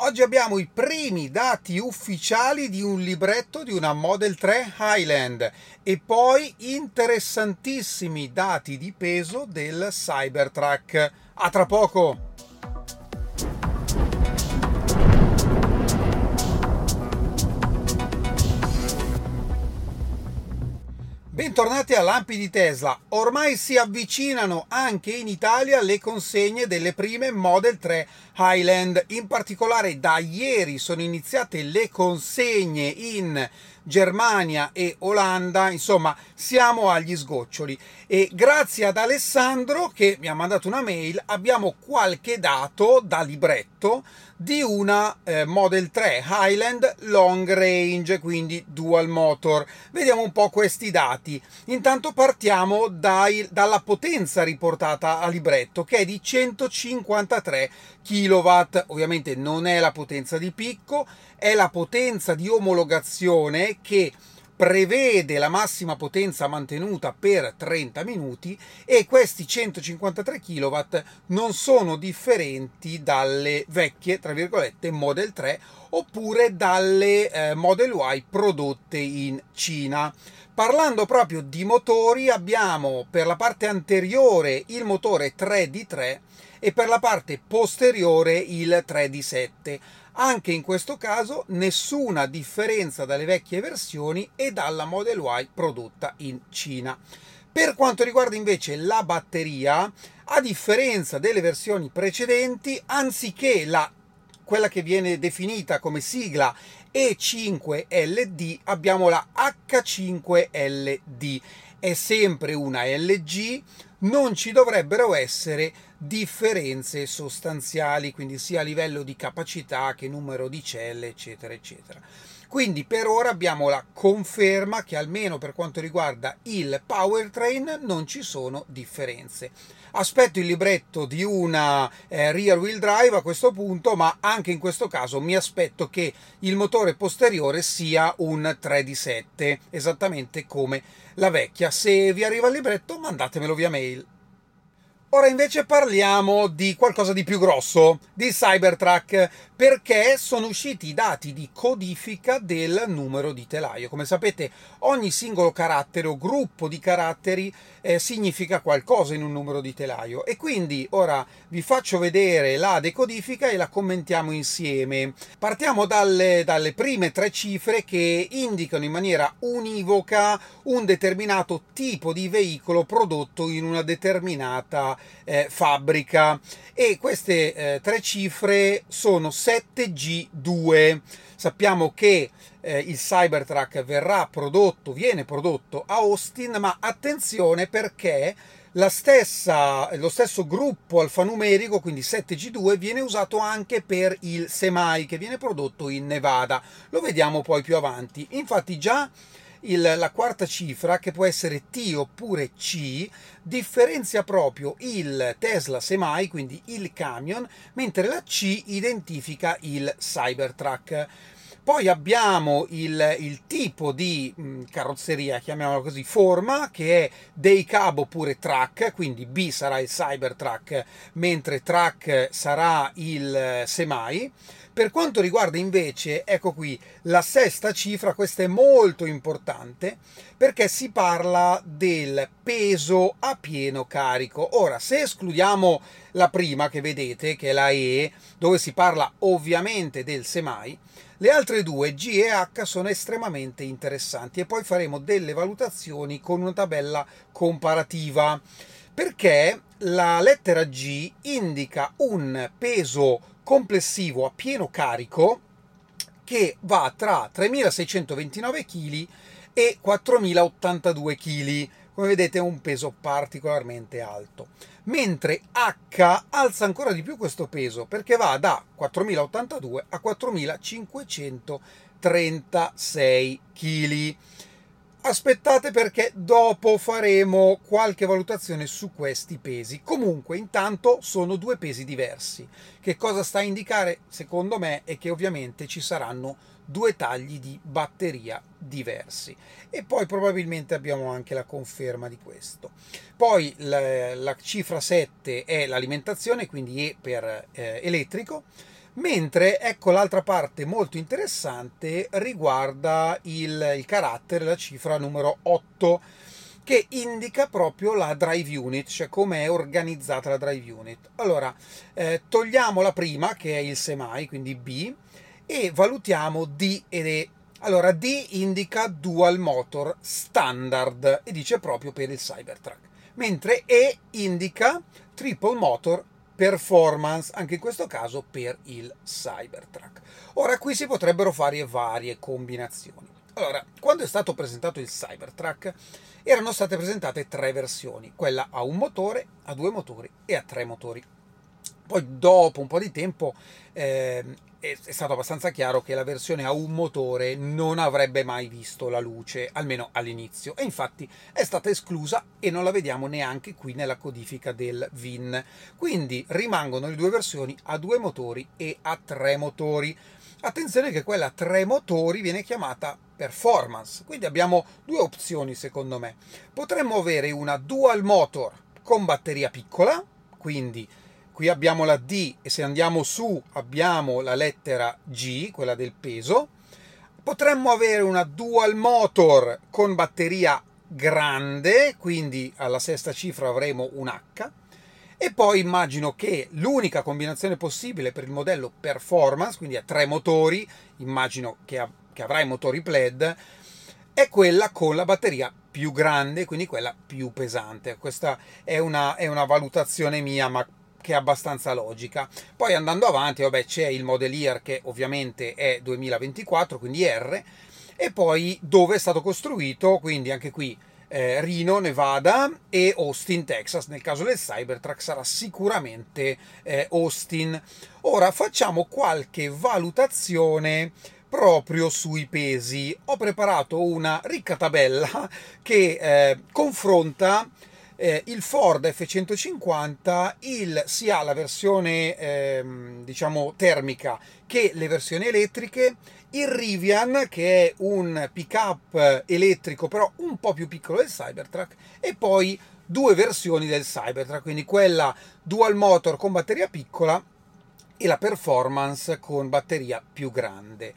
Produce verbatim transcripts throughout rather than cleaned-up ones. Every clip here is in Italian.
Oggi abbiamo i primi dati ufficiali di un libretto di una Model tre Highland e poi interessantissimi dati di peso del Cybertruck. A tra poco! Bentornati a Lampi di Tesla. Ormai si avvicinano anche in Italia le consegne delle prime Model tre Highland. In particolare da ieri sono iniziate le consegne in Germania e Olanda. Insomma, siamo agli sgoccioli. E grazie ad Alessandro che mi ha mandato una mail abbiamo qualche dato da libretto di una eh, Model tre Highland long range, quindi dual motor. Vediamo un po' questi dati. Intanto partiamo dai, dalla potenza riportata a libretto, che è di centocinquantatré chilowatt. Ovviamente non è la potenza di picco, è la potenza di omologazione che prevede la massima potenza mantenuta per trenta minuti, e questi centocinquantatré chilowatt non sono differenti dalle vecchie, tra virgolette, Model tre oppure dalle eh, Model Y prodotte in Cina. Parlando proprio di motori, abbiamo per la parte anteriore il motore tre D tre e per la parte posteriore il tre D sette. Anche in questo caso nessuna differenza dalle vecchie versioni e dalla Model Y prodotta in Cina. Per quanto riguarda invece la batteria, a differenza delle versioni precedenti, anziché la quella che viene definita come sigla E cinque L D, abbiamo la H cinque L D. È sempre una L G, non ci dovrebbero essere differenze sostanziali, quindi sia a livello di capacità che numero di celle, eccetera, eccetera. Quindi per ora abbiamo la conferma che almeno per quanto riguarda il powertrain non ci sono differenze. Aspetto il libretto di una eh, rear wheel drive a questo punto, ma anche in questo caso mi aspetto che il motore posteriore sia un tre D sette, esattamente come la vecchia. Se vi arriva il libretto, mandatemelo via mail. Ora invece parliamo di qualcosa di più grosso, di Cybertruck, perché sono usciti i dati di codifica del numero di telaio. Come sapete, ogni singolo carattere o gruppo di caratteri eh, significa qualcosa in un numero di telaio, e quindi ora vi faccio vedere la decodifica e la commentiamo insieme. Partiamo dalle, dalle prime tre cifre che indicano in maniera univoca un determinato tipo di veicolo prodotto in una determinata Eh, fabbrica, e queste eh, tre cifre sono sette G due. Sappiamo che eh, il Cybertruck verrà prodotto, viene prodotto a Austin, ma attenzione perché la stessa, lo stesso gruppo alfanumerico, quindi sette G due, viene usato anche per il Semi che viene prodotto in Nevada. Lo vediamo poi più avanti. Infatti già Il, la quarta cifra, che può essere T oppure C, differenzia proprio il Tesla Semi, quindi il camion, mentre la C identifica il Cybertruck. Poi abbiamo il, il tipo di mh, carrozzeria, chiamiamola così, forma, che è dei cab oppure truck, quindi B sarà il Cybertruck, mentre truck sarà il Semi. Per quanto riguarda invece, ecco qui, la sesta cifra, questa è molto importante perché si parla del peso a pieno carico. Ora, se escludiamo la prima che vedete, che è la E, dove si parla ovviamente del Semi, le altre due, G e H, sono estremamente interessanti e poi faremo delle valutazioni con una tabella comparativa, perché la lettera G indica un peso complessivo a pieno carico che va tra tremilaseicentoventinove chili e quattromilaottantadue chili. Come vedete è un peso particolarmente alto, mentre H alza ancora di più questo peso perché va da quattromilaottantadue a quattromilacinquecentotrentasei chili. Aspettate perché dopo faremo qualche valutazione su questi pesi. Comunque, intanto sono due pesi diversi. Che cosa sta a indicare, secondo me, è che ovviamente ci saranno due tagli di batteria diversi. E poi probabilmente abbiamo anche la conferma di questo. Poi la, la cifra sette è l'alimentazione, quindi E per eh, elettrico. Mentre ecco l'altra parte molto interessante riguarda il, il carattere, la cifra numero otto, che indica proprio la drive unit, cioè come è organizzata la drive unit. Allora, eh, togliamo la prima, che è il semi, quindi B, e valutiamo D ed E. Allora, D indica dual motor standard e dice proprio per il Cybertruck, mentre E indica triple motor performance, anche in questo caso per il Cybertruck. Ora, qui si potrebbero fare varie combinazioni. Allora, quando è stato presentato il Cybertruck, erano state presentate tre versioni, quella a un motore, a due motori e a tre motori. Poi dopo un po' di tempo eh, è stato abbastanza chiaro che la versione a un motore non avrebbe mai visto la luce, almeno all'inizio, e infatti è stata esclusa e non la vediamo neanche qui nella codifica del V I N. Quindi rimangono le due versioni a due motori e a tre motori. Attenzione che quella a tre motori viene chiamata performance, quindi abbiamo due opzioni secondo me. Potremmo avere una dual motor con batteria piccola, quindi qui abbiamo la D e se andiamo su abbiamo la lettera G, quella del peso. Potremmo avere una dual motor con batteria grande, quindi alla sesta cifra avremo un H. E poi immagino che l'unica combinazione possibile per il modello performance, quindi a tre motori, immagino che, av- che avrà i motori P L E D, è quella con la batteria più grande, quindi quella più pesante. Questa è una, è una valutazione mia, ma che è abbastanza logica. Poi andando avanti, vabbè, c'è il Model Year che ovviamente è duemilaventiquattro, quindi R, e poi dove è stato costruito, quindi anche qui Eh, Reno, Nevada e Austin, Texas. Nel caso del Cybertruck sarà sicuramente eh, Austin. Ora facciamo qualche valutazione proprio sui pesi. Ho preparato una ricca tabella che eh, confronta eh, il Ford F centocinquanta, il, sia la versione eh, diciamo termica che le versioni elettriche, il Rivian, che è un pick-up elettrico però un po' più piccolo del Cybertruck, e poi due versioni del Cybertruck, quindi quella dual motor con batteria piccola e la performance con batteria più grande.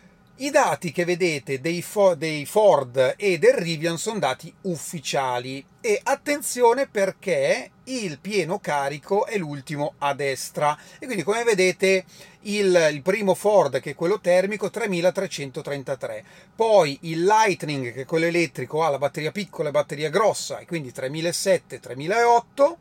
I dati che vedete dei, Fo- dei Ford e del Rivian sono dati ufficiali, e attenzione perché il pieno carico è l'ultimo a destra, e quindi come vedete il, il primo Ford, che è quello termico, tremilatrecentotrentatré, poi il Lightning, che è quello elettrico, ha la batteria piccola e batteria grossa, e quindi tremilasettecento tremilaottocento,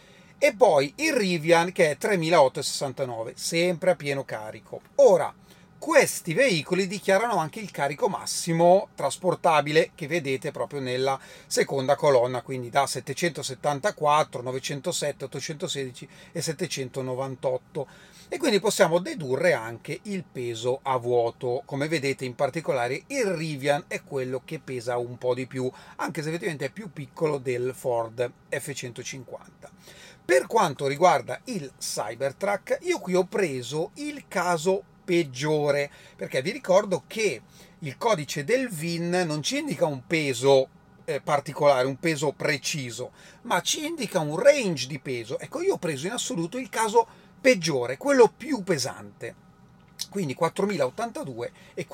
e poi il Rivian che è tremilaottocentosessantanove, sempre a pieno carico. Ora, questi veicoli dichiarano anche il carico massimo trasportabile, che vedete proprio nella seconda colonna, quindi da settecentosettantaquattro, novecentosette, ottocentosedici e settecentonovantotto, e quindi possiamo dedurre anche il peso a vuoto. Come vedete, in particolare il Rivian è quello che pesa un po' di più, anche se effettivamente è più piccolo del Ford F centocinquanta. Per quanto riguarda il Cybertruck, io qui ho preso il caso peggiore, perché vi ricordo che il codice del V I N non ci indica un peso eh, particolare, un peso preciso, ma ci indica un range di peso. Ecco, io ho preso in assoluto il caso peggiore, quello più pesante, quindi quattromilaottantadue e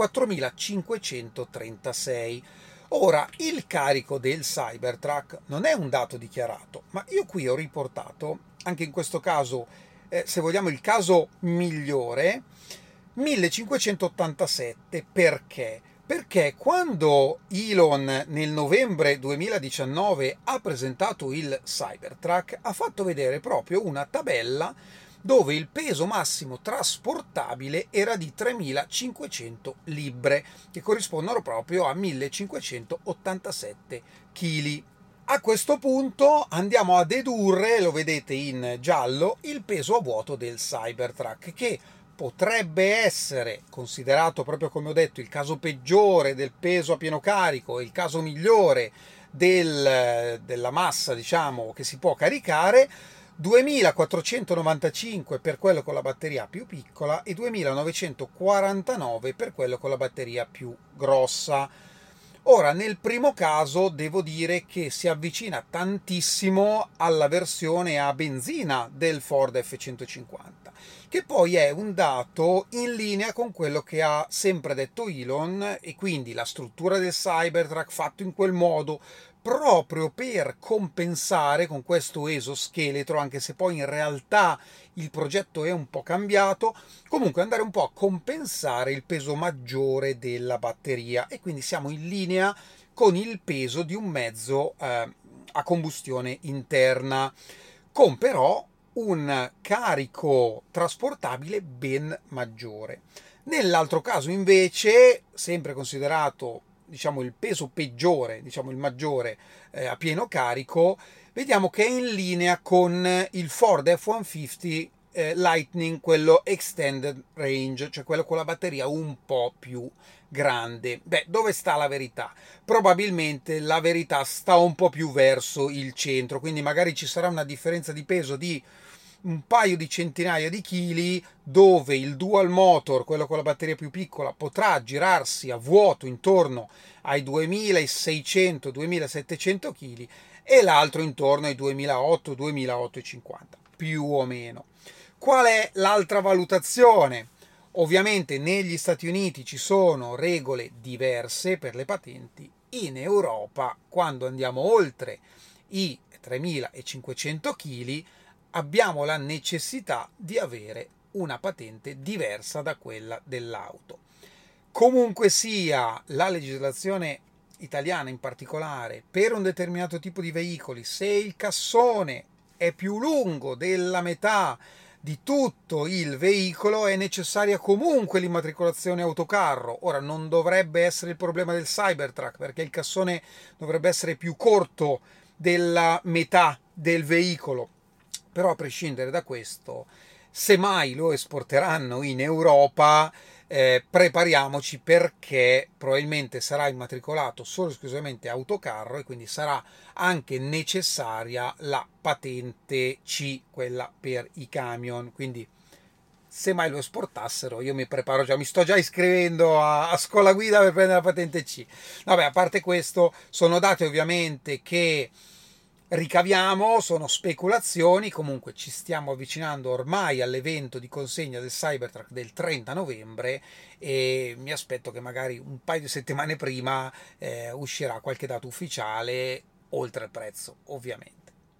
quattromilacinquecentotrentasei. Ora, il carico del Cybertruck non è un dato dichiarato, ma io qui ho riportato, anche in questo caso, eh, se vogliamo il caso migliore, millecinquecentottantasette. Perché? Perché quando Elon nel novembre duemiladiciannove ha presentato il Cybertruck, ha fatto vedere proprio una tabella dove il peso massimo trasportabile era di tremilacinquecento libbre, che corrispondono proprio a millecinquecentottantasette chili. A questo punto andiamo a dedurre, lo vedete in giallo, il peso a vuoto del Cybertruck, che potrebbe essere considerato, proprio come ho detto, il caso peggiore del peso a pieno carico e il caso migliore del, della massa, diciamo, che si può caricare, duemilaquattrocentonovantacinque per quello con la batteria più piccola e duemilanovecentoquarantanove per quello con la batteria più grossa. Ora, nel primo caso devo dire che si avvicina tantissimo alla versione a benzina del Ford F centocinquanta, che poi è un dato in linea con quello che ha sempre detto Elon, e quindi la struttura del Cybertruck fatto in quel modo proprio per compensare con questo esoscheletro, anche se poi in realtà il progetto è un po' cambiato, comunque andare un po' a compensare il peso maggiore della batteria, e quindi siamo in linea con il peso di un mezzo eh, a combustione interna, con però un carico trasportabile ben maggiore. Nell'altro caso invece, sempre considerato diciamo il peso peggiore, diciamo il maggiore eh, a pieno carico, vediamo che è in linea con il Ford F centocinquanta eh, Lightning, quello extended range, cioè quello con la batteria un po' più grande. Beh, dove sta la verità? Probabilmente la verità sta un po' più verso il centro, quindi magari ci sarà una differenza di peso di un paio di centinaia di chili, dove il dual motor, quello con la batteria più piccola, potrà girarsi a vuoto intorno ai duemilaseicento duemilasettecento kg e l'altro intorno ai duemilaottocento duemilaottocentocinquanta, più o meno. Qual è l'altra valutazione? Ovviamente negli Stati Uniti ci sono regole diverse per le patenti, in Europa quando andiamo oltre i tremilacinquecento kg abbiamo la necessità di avere una patente diversa da quella dell'auto. Comunque sia, la legislazione italiana in particolare, per un determinato tipo di veicoli, se il cassone è più lungo della metà di tutto il veicolo, è necessaria comunque l'immatricolazione autocarro. Ora, non dovrebbe essere il problema del Cybertruck, perché il cassone dovrebbe essere più corto della metà del veicolo. Però a prescindere da questo, se mai lo esporteranno in Europa, eh, prepariamoci, perché probabilmente sarà immatricolato solo e esclusivamente autocarro, e quindi sarà anche necessaria la patente C, quella per i camion. Quindi se mai lo esportassero, io mi preparo già, mi sto già iscrivendo a, a scuola guida per prendere la patente C. Vabbè, a parte questo, sono dati ovviamente che ricaviamo, sono speculazioni, comunque ci stiamo avvicinando ormai all'evento di consegna del Cybertruck del trenta novembre, e mi aspetto che magari un paio di settimane prima eh, uscirà qualche dato ufficiale, oltre al prezzo ovviamente.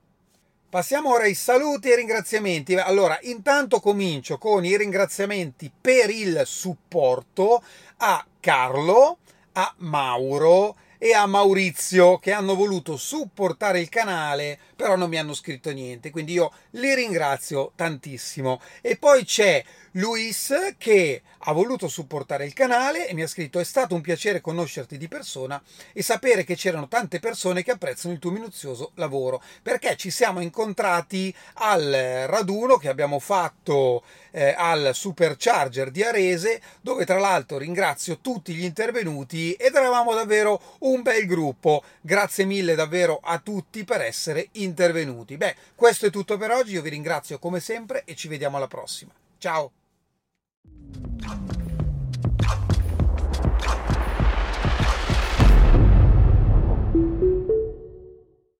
Passiamo ora ai saluti e ai ringraziamenti. Allora, intanto comincio con i ringraziamenti per il supporto a Carlo, a Mauro e a Maurizio, che hanno voluto supportare il canale, però non mi hanno scritto niente, quindi io li ringrazio tantissimo. E poi c'è Luis, che ha voluto supportare il canale e mi ha scritto: è stato un piacere conoscerti di persona e sapere che c'erano tante persone che apprezzano il tuo minuzioso lavoro, perché ci siamo incontrati al raduno che abbiamo fatto eh, al Supercharger di Arese, dove tra l'altro ringrazio tutti gli intervenuti ed eravamo davvero un bel gruppo. Grazie mille davvero a tutti per essere intervenuti. Beh, questo è tutto per oggi, io vi ringrazio come sempre e ci vediamo alla prossima. Ciao!